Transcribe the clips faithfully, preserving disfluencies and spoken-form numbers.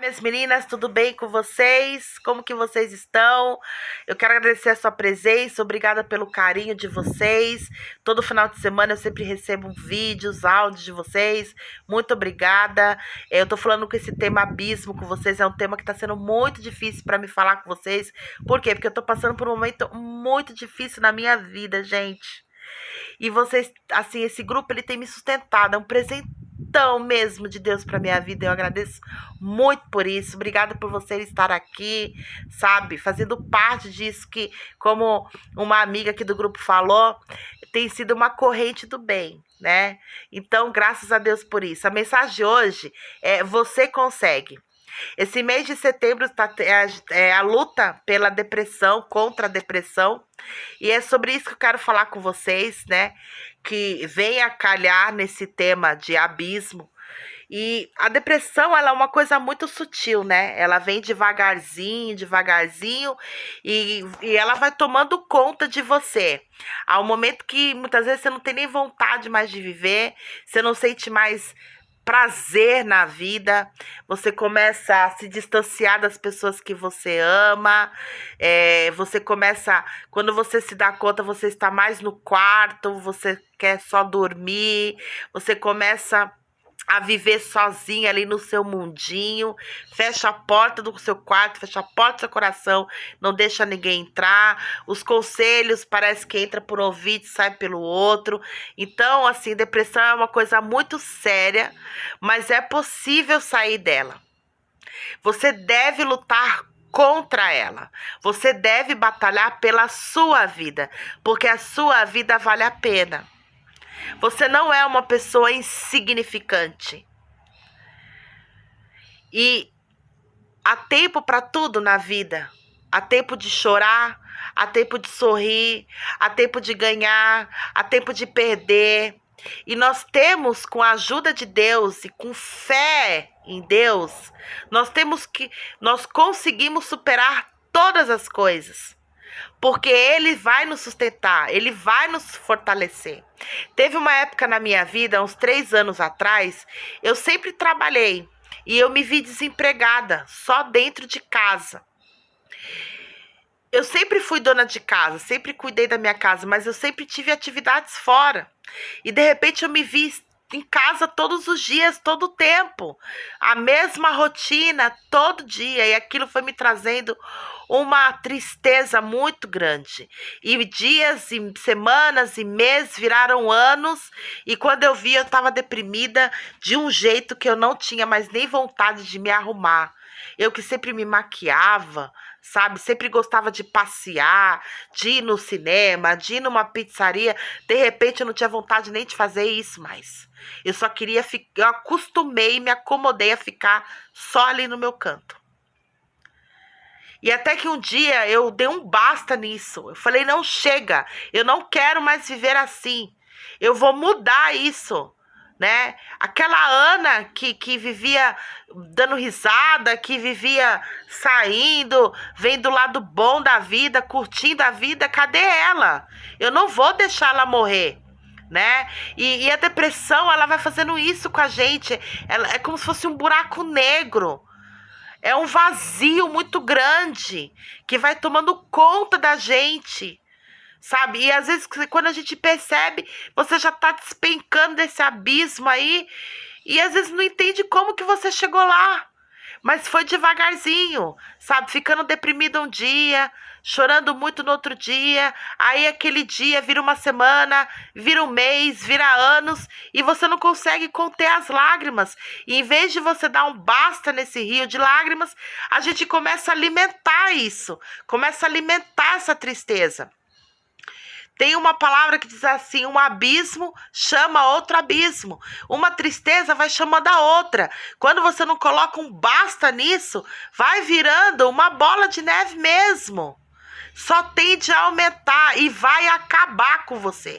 Minhas meninas, tudo bem com vocês? Como que vocês estão? Eu quero agradecer a sua presença, obrigada pelo carinho de vocês. Todo final de semana eu sempre recebo vídeos, áudios de vocês. Muito obrigada. Eu tô falando com esse tema abismo com vocês, é um tema que tá sendo muito difícil para me falar com vocês. Por quê? Porque eu tô passando por um momento muito difícil na minha vida, gente. E vocês, assim, esse grupo ele tem me sustentado, é um presentão mesmo de Deus para minha vida. Eu agradeço muito por isso. Obrigada por você estar aqui, sabe, fazendo parte disso que, como uma amiga aqui do grupo falou, tem sido uma corrente do bem, né? Então, graças a Deus por isso. A mensagem de hoje é: você consegue. Esse mês de setembro tá, é, é a luta pela depressão, contra a depressão. E é sobre isso que eu quero falar com vocês, né? Que vem a calhar nesse tema de abismo. E a depressão, ela é uma coisa muito sutil, né? Ela vem devagarzinho, devagarzinho, e, e ela vai tomando conta de você. Há um momento que muitas vezes você não tem nem vontade mais de viver, você não sente mais prazer na vida, você começa a se distanciar das pessoas que você ama, é, você começa, quando você se dá conta, você está mais no quarto, você quer só dormir, você começa a viver sozinha ali no seu mundinho, fecha a porta do seu quarto, fecha a porta do seu coração, não deixa ninguém entrar, os conselhos parece que entra por um ouvido e sai pelo outro. Então, assim, depressão é uma coisa muito séria, mas é possível sair dela. Você deve lutar contra ela, você deve batalhar pela sua vida, porque a sua vida vale a pena. Você não é uma pessoa insignificante. E há tempo para tudo na vida. Há tempo de chorar, há tempo de sorrir, há tempo de ganhar, há tempo de perder. E nós temos, com a ajuda de Deus e com fé em Deus, nós temos que, nós conseguimos superar todas as coisas. Porque Ele vai nos sustentar, Ele vai nos fortalecer. Teve uma época na minha vida, uns três anos atrás, eu sempre trabalhei e eu me vi desempregada, só dentro de casa. Eu sempre fui dona de casa, sempre cuidei da minha casa, mas eu sempre tive atividades fora. E de repente eu me vi em casa todos os dias, todo o tempo. A mesma rotina, todo dia. E aquilo foi me trazendo uma tristeza muito grande. E dias, e semanas, e meses viraram anos. E quando eu vi, eu estava deprimida de um jeito que eu não tinha mais nem vontade de me arrumar. Eu que sempre me maquiava, sabe? Sempre gostava de passear, de ir no cinema, de ir numa pizzaria. De repente eu não tinha vontade nem de fazer isso mais. Eu só queria ficar, eu acostumei, me acomodei a ficar só ali no meu canto. E até que um dia eu dei um basta nisso. Eu falei, não, chega, eu não quero mais viver assim. Eu vou mudar isso. Né? Aquela Ana que, que vivia dando risada, que vivia saindo, vendo o lado bom da vida, curtindo a vida, cadê ela? Eu não vou deixar ela morrer, né? E, e a depressão, ela vai fazendo isso com a gente. Ela é como se fosse um buraco negro. É um vazio muito grande que vai tomando conta da gente. Sabe? E às vezes, quando a gente percebe, você já tá despencando desse abismo aí. E às vezes não entende como que você chegou lá. Mas foi devagarzinho, sabe? Ficando deprimido um dia, chorando muito no outro dia. Aí aquele dia vira uma semana, vira um mês, vira anos. E você não consegue conter as lágrimas. E em vez de você dar um basta nesse rio de lágrimas, a gente começa a alimentar isso. Começa a alimentar essa tristeza. Tem uma palavra que diz assim, um abismo chama outro abismo. Uma tristeza vai chamando a outra. Quando você não coloca um basta nisso, vai virando uma bola de neve mesmo. Só tende a aumentar e vai acabar com você.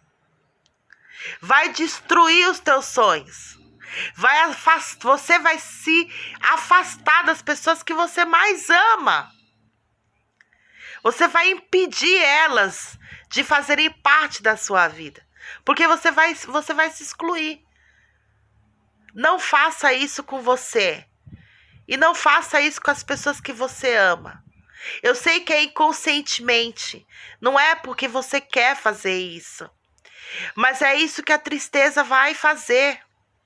Vai destruir os teus sonhos. Vai afast... Você vai se afastar das pessoas que você mais ama. Você vai impedir elas de fazerem parte da sua vida. Porque você vai, você vai se excluir. Não faça isso com você. E não faça isso com as pessoas que você ama. Eu sei que é inconscientemente. Não é porque você quer fazer isso. Mas é isso que a tristeza vai fazer.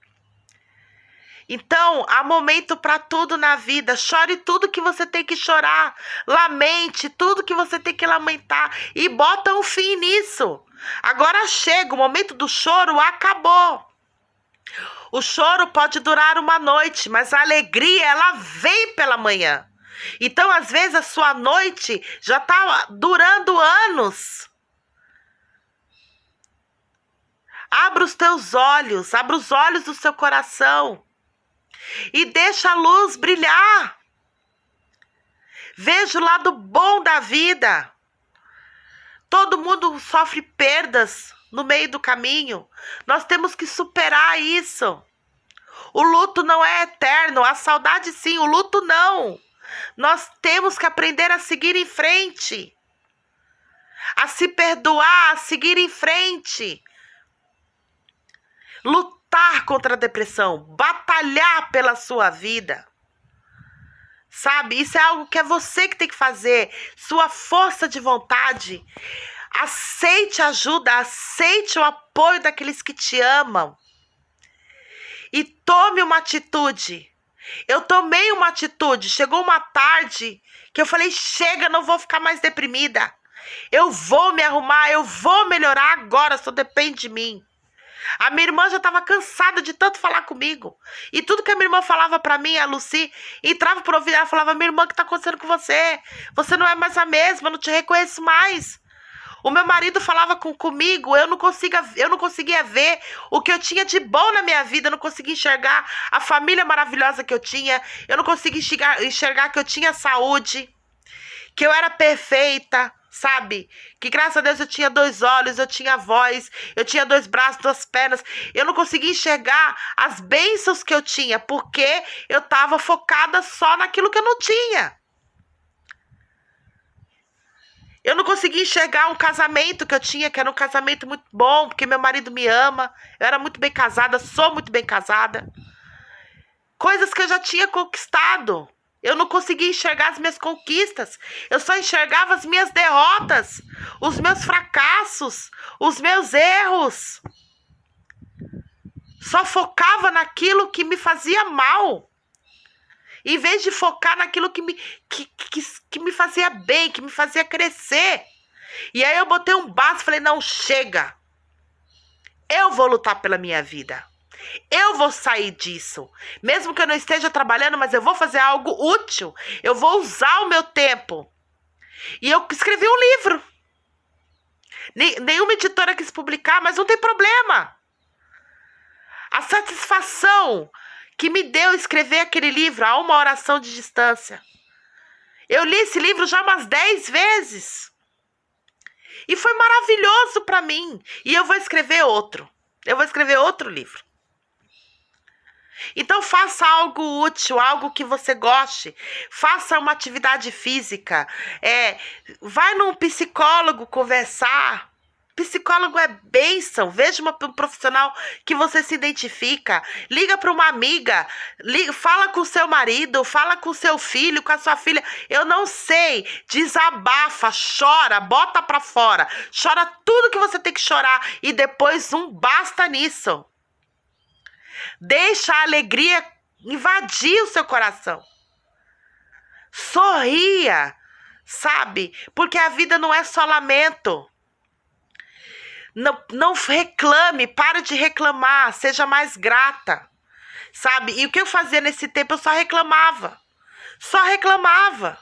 Então, há momento para tudo na vida. Chore tudo que você tem que chorar. Lamente tudo que você tem que lamentar. E bota um fim nisso. Agora chega, o momento do choro acabou. O choro pode durar uma noite, mas a alegria, ela vem pela manhã. Então, às vezes, a sua noite já está durando anos. Abra os teus olhos, abra os olhos do seu coração. E deixa a luz brilhar. Veja o lado bom da vida. Todo mundo sofre perdas no meio do caminho. Nós temos que superar isso. O luto não é eterno. A saudade sim, o luto não. Nós temos que aprender a seguir em frente. A se perdoar, a seguir em frente. Lutar contra a depressão, batalhar pela sua vida, sabe? Isso é algo que é você que tem que fazer, sua força de vontade. Aceite ajuda, aceite o apoio daqueles que te amam e tome uma atitude. Eu tomei uma atitude, chegou uma tarde que eu falei, chega, não vou ficar mais deprimida, eu vou me arrumar, eu vou melhorar agora, só depende de mim. A minha irmã já estava cansada de tanto falar comigo. E tudo que a minha irmã falava para mim, a Lucy, entrava por ouvido, ela falava, minha irmã, o que está acontecendo com você? Você não é mais a mesma, eu não te reconheço mais. O meu marido falava com, comigo, eu não, consiga, eu não conseguia ver o que eu tinha de bom na minha vida, eu não conseguia enxergar a família maravilhosa que eu tinha, eu não conseguia enxergar, enxergar que eu tinha saúde, que eu era perfeita. Sabe? Que graças a Deus eu tinha dois olhos, eu tinha voz, eu tinha dois braços, duas pernas. Eu não conseguia enxergar as bênçãos que eu tinha, porque eu estava focada só naquilo que eu não tinha. Eu não conseguia enxergar um casamento que eu tinha, que era um casamento muito bom, porque meu marido me ama. Eu era muito bem casada, sou muito bem casada. Coisas que eu já tinha conquistado. Eu não conseguia enxergar as minhas conquistas. Eu só enxergava as minhas derrotas, os meus fracassos, os meus erros. Só focava naquilo que me fazia mal. Em vez de focar naquilo que me, que, que, que me fazia bem, que me fazia crescer. E aí eu botei um basta e falei, não, chega. Eu vou lutar pela minha vida. Eu vou sair disso, mesmo que eu não esteja trabalhando, mas eu vou fazer algo útil. Eu vou usar o meu tempo. E eu escrevi um livro. Nenhuma editora quis publicar, mas não tem problema. A satisfação que me deu escrever aquele livro, A Uma Oração de Distância. Eu li esse livro já umas dez vezes. E foi maravilhoso para mim. E eu vou escrever outro. Eu vou escrever outro livro. Então faça algo útil, algo que você goste. Faça uma atividade física. É, vai num psicólogo conversar. Psicólogo é bênção. Veja uma, um profissional que você se identifica. Liga para uma amiga. Liga, fala com o seu marido. Fala com o seu filho, com a sua filha. Eu não sei. Desabafa, chora, bota para fora. Chora tudo que você tem que chorar. E depois um basta nisso. Deixa a alegria invadir o seu coração. Sorria, sabe? Porque a vida não é só lamento. Não, não reclame, para de reclamar, seja mais grata, sabe? E o que eu fazia nesse tempo? Eu só reclamava. Só reclamava.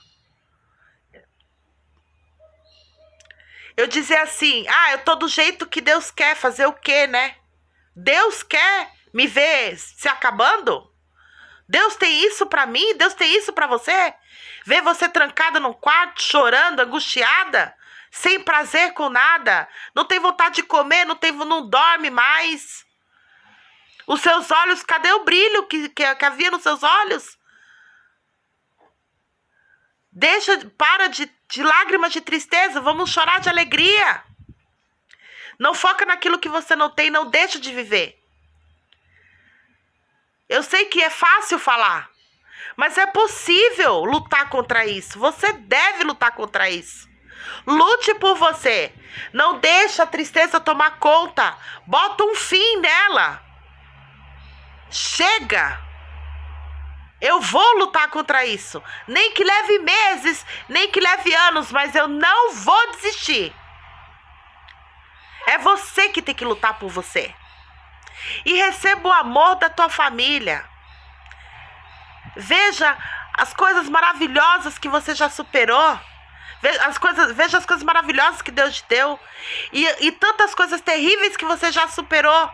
Eu dizia assim, ah, eu tô do jeito que Deus quer, fazer o quê, né? Deus quer me ver se acabando? Deus tem isso pra mim? Deus tem isso pra você? Ver você trancada num quarto, chorando, angustiada, sem prazer com nada, não tem vontade de comer, não, tem, não dorme mais. Os seus olhos, cadê o brilho que, que, que havia nos seus olhos? Deixa, para de, de lágrimas de tristeza, vamos chorar de alegria. Não foca naquilo que você não tem, não deixa de viver. Eu sei que é fácil falar, Mas é possível lutar contra isso. Você deve lutar contra isso. Lute por você. Não deixa a tristeza tomar conta. Bota um fim nela. Chega. Eu vou lutar contra isso. Nem que leve meses, nem que leve anos, mas eu não vou desistir. É você que tem que lutar por você. E receba o amor da tua família. Veja as coisas maravilhosas que você já superou. Veja as coisas, veja as coisas maravilhosas que Deus te deu. E, e tantas coisas terríveis que você já superou.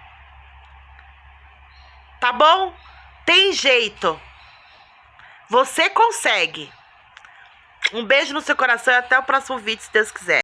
Tá bom? Tem jeito. Você consegue. Um beijo no seu coração e até o próximo vídeo, se Deus quiser.